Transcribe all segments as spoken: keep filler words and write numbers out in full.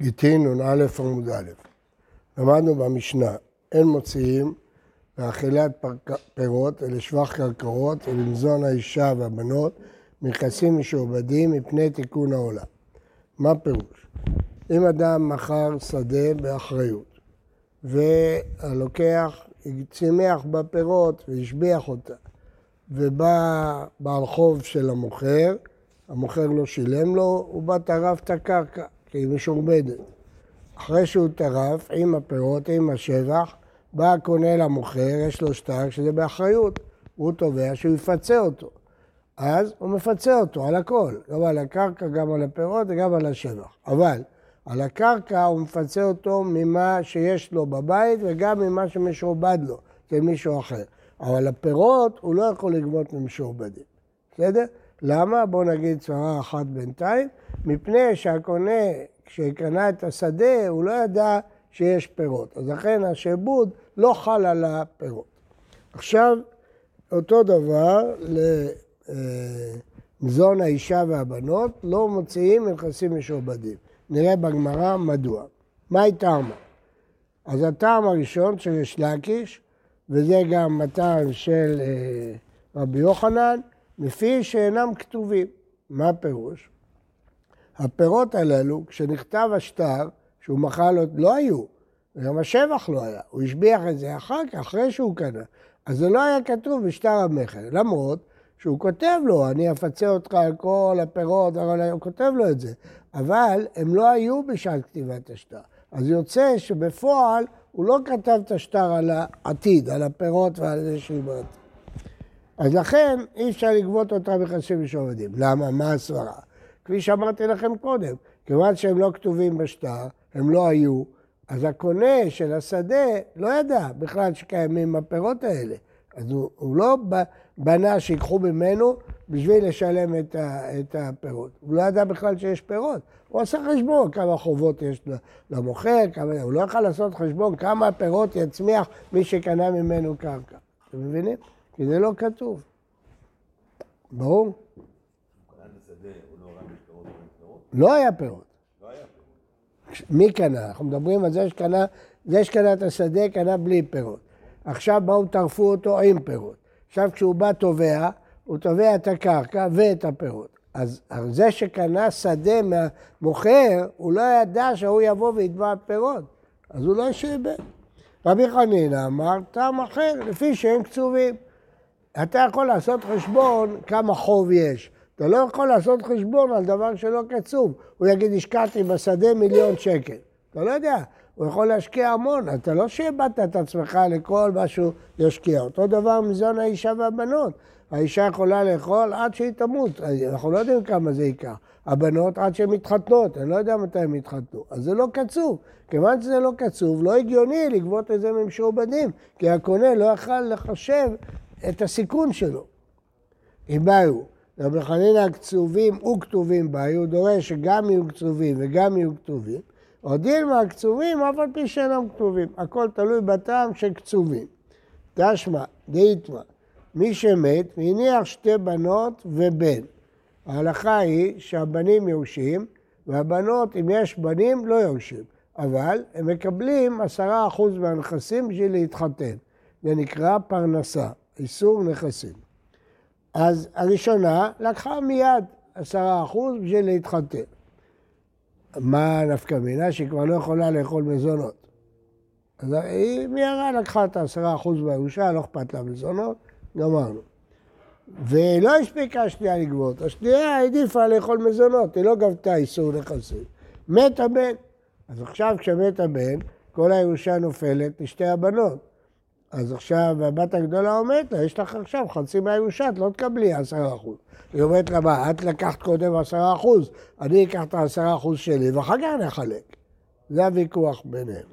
גיטין נ"א עמוד א'. למדנו במשנה, אין מוציאים מאכילת פירות ולשבח קרקעות ולמזון האישה והבנות מנכסים משועבדים מפני תיקון העולם. מה פירוש? אם אדם מכר שדה באחריות והלוקח צימח בפירות והשביח אותה ובא בעל חוב של המוכר, המוכר לא שילם לו, הוא בא טרף את הקרקע כי היא משועבדת. אחרי שהוא טרף עם הפירות, עם השבח, בא הקונה למוכר, יש לו שטר שזה באחריות, הוא תובע שהוא יפצה אותו. אז הוא מפצה אותו על הכל, גם על הקרקע, גם על הפירות וגם על השבח. אבל על הקרקע הוא מפצה אותו ממה שיש לו בבית וגם ממה שמשועבד לו, כמישהו אחר. אבל הפירות הוא לא יכול לגבות ממשועבדים. בסדר? למה? בואו נגיד סברה אחת בינתיים. מפני שהקונה, כשקנה את השדה, הוא לא ידע שיש פירות. אז לכן השעבוד לא חל על הפירות. עכשיו, אותו דבר למזון האישה והבנות, לא מוציאים מנכסים משועבדים. נראה בגמרא מדוע. מה היא טעמה? אז הטעם הראשון של יש לקיש, וזה גם הטעם של רבי יוחנן, לפי שאינם כתובים. מה הפירוש? הפירות הללו, כשנכתב השטר, שהוא מכר לו, לא היו, וגם השבח לא היה. הוא השביח את זה אחר כך, אחרי שהוא קנה. אז זה לא היה כתוב בשטר המכר, למרות שהוא כותב לו, אני אפצה אותך על כל הפירות, הוא כותב לו את זה. אבל הם לא היו בשעת כתיבת השטר. אז יוצא שבפועל הוא לא כתב את השטר על העתיד, על הפירות ועל זה שבעת. אז לכן אי אפשר לגבות אותם מנכסים משועבדים. למה? מה הסברה? כפי שאמרתי לכם קודם, כיוון שהם לא כתובים בשטר, הם לא היו, אז הקונה של השדה לא ידע בכלל שקיימים הפירות האלה. אז הוא, הוא לא בנה שיקחו ממנו בשביל לשלם את, ה, את הפירות. הוא לא ידע בכלל שיש פירות. הוא עשה חשבון כמה חובות יש למוכר, כמה, הוא לא יכול לעשות חשבון כמה פירות יצמיח מי שקנה ממנו קרקע. אתם מבינים? כי זה לא כתוב. ברור? לא היה פירות. לא היה פירות. מי קנה? אנחנו מדברים על זה שקנה, זה שקנה את השדה, קנה בלי פירות. עכשיו באו טרפו אותו עם פירות. עכשיו כשהוא בא תובע, הוא תובע את הקרקע ואת הפירות. אז זה שקנה שדה מהמוכר, הוא לא ידע שהוא יבוא ויתבע פירות. אז הוא לא שעבד. רבי חנינא אמר, טעם אחר, לפי שהם קצובים. אתה יכול לעשות חשבון כמה חוב יש. אתה לא יכול לעשות חשבון על דבר שלא קצוב. הוא יגיד, השקעתי בשדה מיליון שקל. אתה לא יודע, הוא יכול להשקיע המון. אתה לא שאיבדת את עצמך לכל מה שהוא ישקיע. אותו דבר מזון האישה והבנות. האישה יכולה לאכול עד שהיא תמות. אנחנו לא יודעים כמה זה ייקח. הבנות עד שהן מתחתנות. אני לא יודע מתי הן מתחתנו. אז זה לא קצוב. כיוון שזה לא קצוב, לא הגיוני לגבות את זה ממשועבדים. כי הקונה לא יכל לחשב את הסיכון שלו. אם באו, רבי חנינא קצובים וכתובים בה, הוא דורש שגם יהיו קצובים וגם יהיו כתובים, או דילמה הקצובים, אף על פי שאינם כתובים. הכל תלוי בטעם של קצובים. תשמע, דאיתמא, מי שמת, והניח שתי בנות ובן. ההלכה היא שהבנים יורשים, והבנות, אם יש בנים, לא יורשים. אבל הם מקבלים עשרה אחוז מהנכסים בשביל להתחתן. זה נקרא פרנסה, איסור נכסים. אז הראשונה לקחה מיד עשרה אחוז בשביל להתחתן. מה נפקא מינה? שהיא כבר לא יכולה לאכול מזונות. אז היא מיהרה לקחה את העשרה אחוז בירושה, לא אכפת לה מזונות, גמרנו. ולא הספיקה השנייה לגבות, השנייה העדיפה לאכול מזונות, היא לא גבתה איסור נכסים. מת הבן. אז עכשיו כשמת הבן, כל הירושה נופלת לשתי הבנות. אז עכשיו הבת הגדולה אומרת לה, יש לך עכשיו חצי מהירושה, את לא תקבלי עשרה אחוז. היא אומרת לה, מה, את לקחת קודם עשרה אחוז, אני אקח את העשרה אחוז שלי, ואחר כך נחלק. זה הוויכוח ביניהם.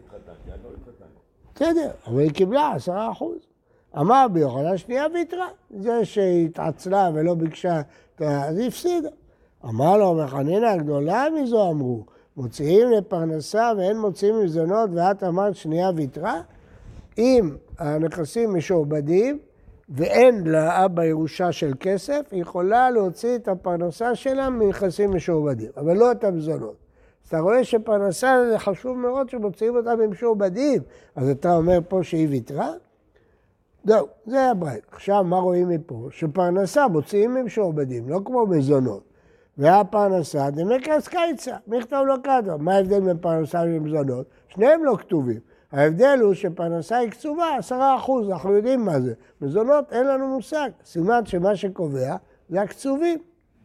בסדר, אבל היא קיבלה עשרה אחוז. אמר ביוחנן שנייה ויתרה. זה שהתעצלה ולא ביקשה, אז היא הפסידה. אמר לו, רבי חנינא הגדולה מזו אמרו, מוציאים לפרנסה ואין מוציאים מזונות, ואת אמרת שנייה ויתרה? אם הנכסים משועבדים ואין לאבא ירושה של כסף, היא יכולה להוציא את הפרנסה שלה מנכסים משועבדים, אבל לא את המזונות. אתה רואה שפרנסה זה חשוב מאוד שמוציאים אותה במשועבדים, אז אתה אומר פה שהיא ויתרה? זהו, זה הברייתא. עכשיו, מה רואים מפה? שפרנסה מוציאים ממשועבדים, לא כמו מזונות. והפרנסה דמקרס קיצה, מכתב לא כתוב. מה ההבדל בין פרנסה ומזונות? שניהם לא כתובים. ההבדל הוא שפרנסה היא קצובה, עשרה אחוז, אנחנו יודעים מה זה. מזונות אין לנו מושג. סימן שמה שקובע זה הקצובים.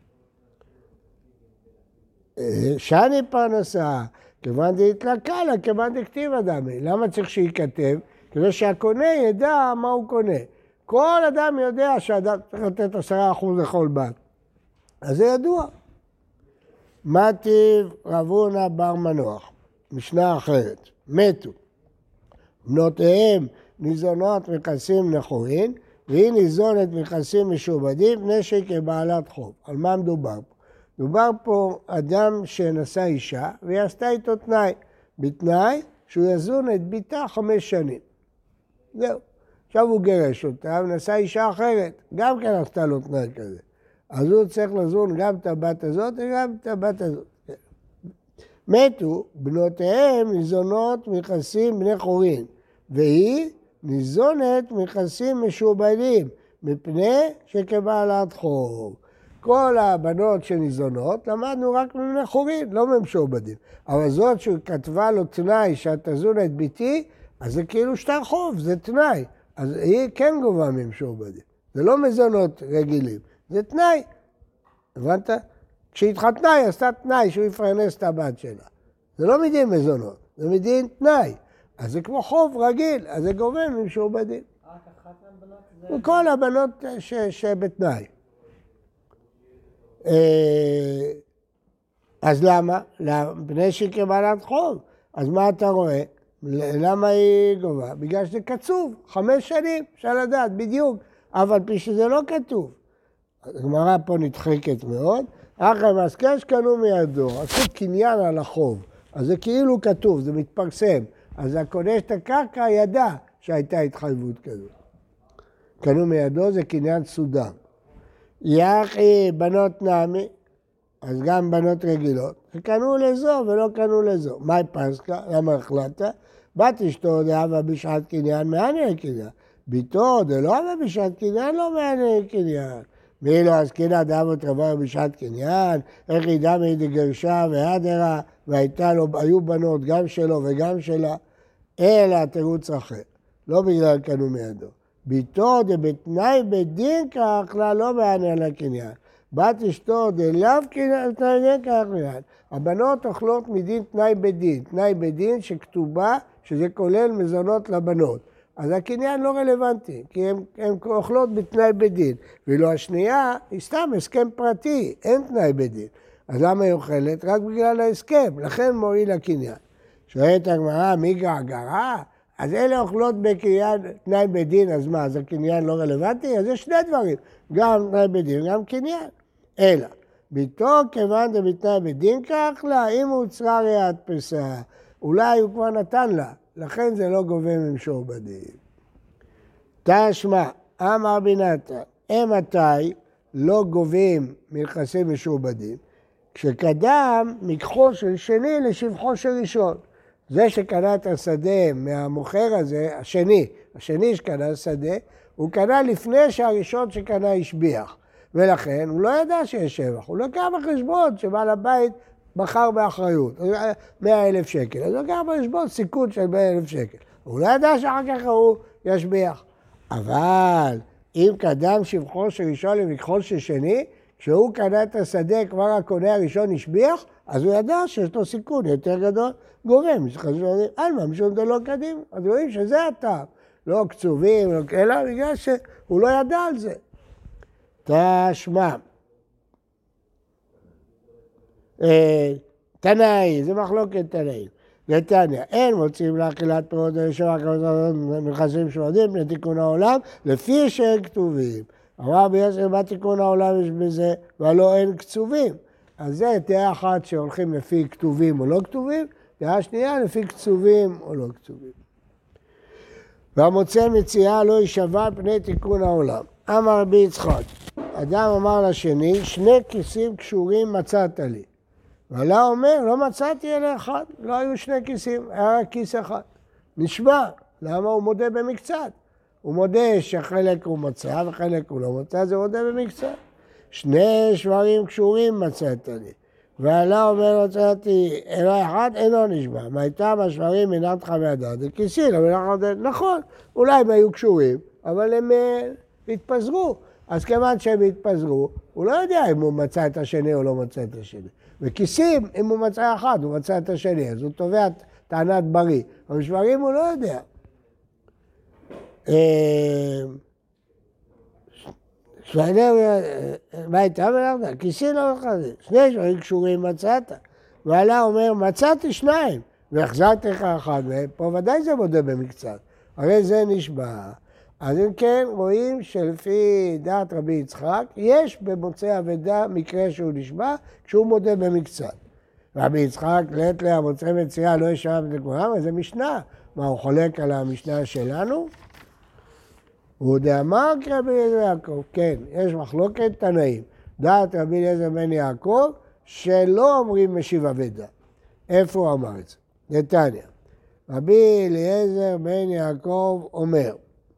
שאני פרנסה, כיוון דהתלקה לה, כיוון דכתיב דמי. למה צריך שייכתב? כדי שהקונה ידע מה הוא קונה. כל אדם יודע שאדם צריך לתת עשרה אחוז לכל בת. אז זה ידוע. מטיב רב הונא בר מנוח, משנה אחרת, מתו. בנותיהם ניזונות מכסים נכורין, והיא ניזונת מכסים משועבדים, נשק כבעלת חוב. על מה מדובר פה? מדובר פה אדם שנשא אישה, והיא עשתה איתו תנאי. בתנאי שהוא יזון את ביתה חמש שנים. זהו. עכשיו הוא גרש אותה, ונשא אישה אחרת. גם כן עשתה לו תנאי כזה. אז הוא צריך לזון גם את הבת הזאת וגם את הבת הזאת. מתו, בנותיהם ניזונות מכסים בני חורין, והיא ניזונת מכסים משועבדים, מפני שכבעלת חוב. כל הבנות שניזונות למדנו רק מבני חורין, לא ממשועבדים. אבל זאת שכתבה לו תנאי שאת תזון את ביתי, אז זה כאילו שטר חוב, זה תנאי. אז היא כן גובה ממשועבדים. זה לא מזונות רגילים. זה תנאי, הבנת? כשהתחתנה היא עשתה תנאי שהוא יפרנס את הבת שלה. זה לא מדין מזונות, זה מדין תנאי. אז זה כמו חוב רגיל, אז זה גובה ממשועבדים. רק אחת מהבנות זה... כל הבנות ש... שבתנאי. אז למה? בני שכבעלת חוב. אז מה אתה רואה? למה היא גובה? בגלל שזה קצוב, חמש שנים, אפשר לדעת, בדיוק. אבל פי שזה לא כתוב. הגמרא פה נדחקת מאוד. אחרי מעסקה שקנו מידו, עשו קניין על החוב. אז זה כאילו כתוב, זה מתפרסם. אז הקונה את הקרקע ידע שהייתה התחייבות כזאת. קנו מידו זה קניין סודר. יחי בנות נעמי, אז גם בנות רגילות, שקנו לזו ולא קנו לזו. מהי פסקה? למה החלטת? בת אשתו דאבה בשעת קניין, מעניין קניין. ביתו דלא אבה בשעת קניין, לא מעניין קניין. מי לא עסקינה דאבות רבה בשעת קניין, איך ידע מי דגרשה והדרה, והייתה לו, היו בנות גם שלו וגם שלה, אלא תירוץ אחר, לא בגלל קנו מידו. ביתו דבתנאי בדין כאכלה לא מעניין לקניין. בת אשתו דלאו קניין כאכלה. הבנות אוכלות מדין תנאי בדין. תנאי בדין שכתובה שזה כולל מזונות לבנות. אז הקניין לא רלוונטי, כי הן אוכלות בתנאי בדין. ואילו השנייה היא סתם הסכם פרטי, אין תנאי בדין. אז למה היא אוכלת? רק בגלל ההסכם, לכן מועיל הקניין. שואלת הגמרא, מי געגעה? אז אלה אוכלות בקניין תנאי בדין, אז מה, אז הקניין לא רלוונטי? אז יש שני דברים, גם תנאי בדין, גם קניין. אלא, ביתו כיוון דבתנאי בדין כך לה, אם הוצרה ראיית פסה, אולי הוא כבר נתן לה, לכן זה לא גובה ממשועבדים. תשמע, אמר בינתא, אימתי לא גובים מנכסים משועבדים? כשקדם מקחו של שני לשבחו של ראשון. זה שקנה את השדה מהמוכר הזה, השני, השני שקנה שדה, הוא קנה לפני שהראשון שקנה השביח. ולכן הוא לא ידע שיש שבח, הוא לקח בחשבון שבעל הבית בחר באחריות, מאה אלף שקל. אז הוא לקח בחשבון סיכון של מאה אלף שקל. הוא לא ידע שאחר כך הוא ישביח. אבל אם קדם שבחו של ראשון למקחו של שני, כשהוא קנה את השדה כבר הקונה הראשון השביח, אז הוא ידע שיש לו סיכון יותר גדול, גובה, משחזונים, על מה משום דלא קדים. אז רואים שזה הטעם, לא קצובים, אלא בגלל שהוא לא ידע על זה. תשמע, תנאי, זה מחלוקת תנאי. נתניה, אין מוצאים לאכילת פירות ולשבח מנכסים שועבדים לתיקון העולם, לפי שהם כתובים. אמר ביוסף, מה תיקון העולם יש בזה, ולא אין קצובים. אז זה תהיה אחת שהולכים לפי כתובים או לא כתובים, תהיה שנייה לפי קצובים או לא כתובים. והמוצא מציאה לא יישבע פני תיקון העולם. אמר רבי יצחק, אדם אמר לשני, שני כיסים קשורים מצאת לי. ועלה אומר, לא מצאתי אלא אחד, לא היו שני כיסים, היה רק כיס אחד. נשבע, למה הוא מודה במקצת? הוא מודה שחלק הוא מצא וחלק הוא לא מצא, זה מודה במקצת. שני שברים קשורים מצאת לי. ועלה אומר, מצאתי אלא אחד, אינו נשבע. מה הייתה בשברים מנתך מהדעת? זה כיסים, אבל נכון, אולי הם היו קשורים, אבל הם התפזרו. אז כיוון שהם התפזרו, הוא לא יודע אם הוא מצא את השני או לא מצא את השני. וכיסים, אם הוא מצא אחד, הוא מצא את השני, אז הוא תובע טענת בריא. אבל שברים הוא לא יודע. מה הייתה מלאכתה? כיסים לא חזיר. שני שברים קשורים מצאת. ועלה אומר, מצאתי שניים, והחזרתי לך אחד מהם, פה ודאי זה מודה במקצת. הרי זה נשבע. אז אם כן, רואים שלפי דעת רבי יצחק, יש במוצא אבדה מקרה שהוא נשבע, כשהוא מודה במקצת. רבי יצחק, לעת לה, מוצא מציאה, לא ישב בגורם, אז זה משנה. מה, הוא חולק על המשנה שלנו? הוא דאמר כרבי אליעזר יעקב, כן, יש מחלוקת תנאים. דעת רבי אליעזר בן יעקב, שלא אומרים משיב אבדה. איפה הוא אמר את זה? נתניה. רבי אליעזר בן יעקב אומר,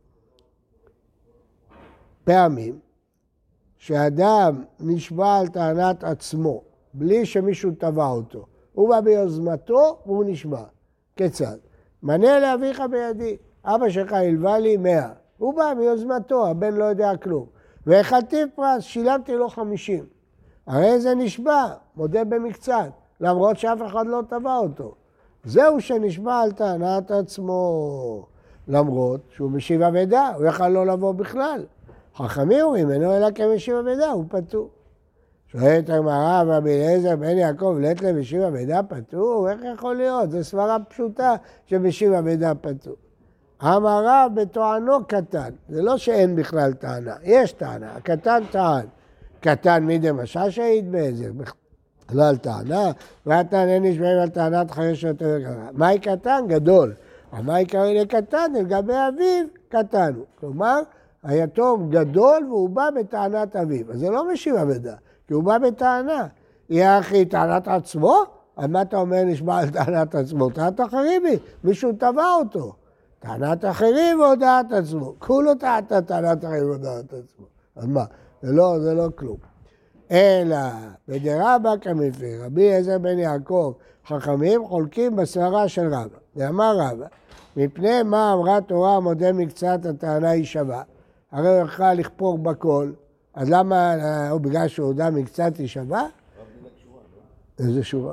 פעמים שאדם נשבע על טענת עצמו, בלי שמישהו טבע אותו, הוא בא ביוזמתו והוא נשבע. כיצד? מנה לאביך בידי, אבא שלך הלווה לי מאה, הוא בא ביוזמתו, הבן לא יודע כלום. והחלתי פרס, שילמתי לו חמישים. הרי זה נשבע, מודה במקצת, למרות שאף אחד לא טבע אותו. זהו שנשבע על טענת עצמו, למרות שהוא משיב אבדה, הוא יכל לא לבוא בכלל. חכמים אומרים, אינו אלא כמשיב אבדה, הוא פטור. שואלת הגמרא, רבי אליעזר בן יעקב, לית למשיב אבדה פטור? איך יכול להיות? זו סברה פשוטה שמשיב אבדה פטור. אמר רב בתואנו קטן, זה לא שאין בכלל טענה, יש טענה, הקטן טען. קטן מדמשא שהעיד באיזה, בכלל טענה, והטען אין נשבעים על טענת חרש יותר גדולה. מהי קטן? גדול. מה יקרה לקטן? לגבי אביו, קטן הוא. כלומר, היתום גדול והוא בא בטענת אביו. אז זה לא משיב אבדה, כי הוא בא בטענה. יהיה אחי טענת עצמו? אז מה אתה אומר נשבע על טענת עצמו? טענת אחרים היא, מישהו טבע אותו. טענת אחרים והודעת עצמו. כולו טענת טענת אחרים והודעת עצמו. אז מה? זה לא, זה לא כלום. אלא, בדרבא כמפי, רבי אליעזר בן יעקב, חכמים חולקים בסברה של רבא. ואמר רבא, מפני מה אמרה תורה מודה מקצת הטענה היא שווה? הרי הוא יכול לכפור בכל, אז למה, הוא בגלל שהוא הודה מקצת היא שווה? איזה שורה?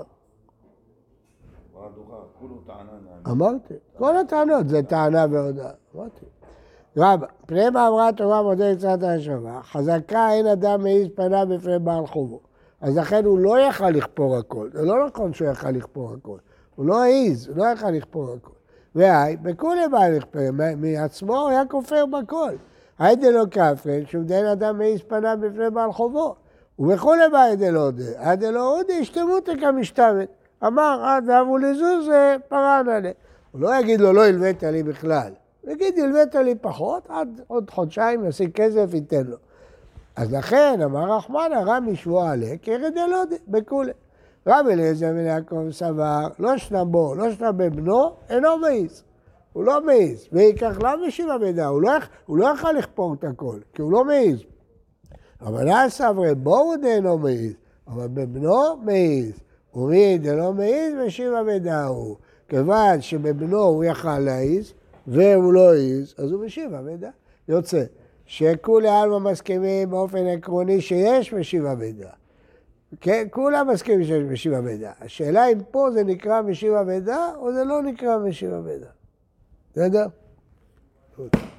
אמרתי, כל הטענות זה טענה והודעה. אמרתי. רבא, פני מה אמרה תורה מודה מקצת הטענה שווה? חזקה אין אדם מעיז פניו בפני בעל חובו. אז לכן הוא לא יכל לכפור הכל. זה לא נכון שהוא יכל לכפור הכל. הוא לא העיז, הוא לא יכל לכפור הכל. והי, בכולי בא לכפר, מעצמו הוא היה כופר בכל. היידה לא כפרן, שבדין אדם מעיז פניו בפני בעל חובו. ובכולי בא היידה לא הודה. היידה לא הודה, השתמות כמשתמת. אמר, עד ואמרו לזוז, פרען עליה. הוא לא יגיד לו, לא הלווית לי בכלל. הוא יגיד, הלווית לי פחות, עד עוד חודשיים ישיג כסף, ייתן לו. אז לכן, אמר רחמנא, רמי שבוע עליה, כי ירד לא הודה, בכולי. רבי אליעזר בן יעקב סבר, לא שנבו, לא שנבא בנו, אינו מעיז. הוא לא מעיז, ויקח לה משיב אבדה, הוא לא, הוא לא יכול לכפור את הכל, כי הוא לא מעיז. אבל אז סברי, בואו דאינו מעיז, אבל בבנו מעיז. ומי דאינו מעיז, משיב אבדה הוא. כיוון שבבנו הוא יכל להעיז, והוא לא העיז, אז הוא משיב אבדה. יוצא, שכולי עלמא מסכימים באופן עקרוני שיש משיב אבדה. כן, כולם מסכימים שיש משיב אבדה. השאלה אם פה זה נקרא משיב אבדה, או זה לא נקרא משיב אבדה. בסדר?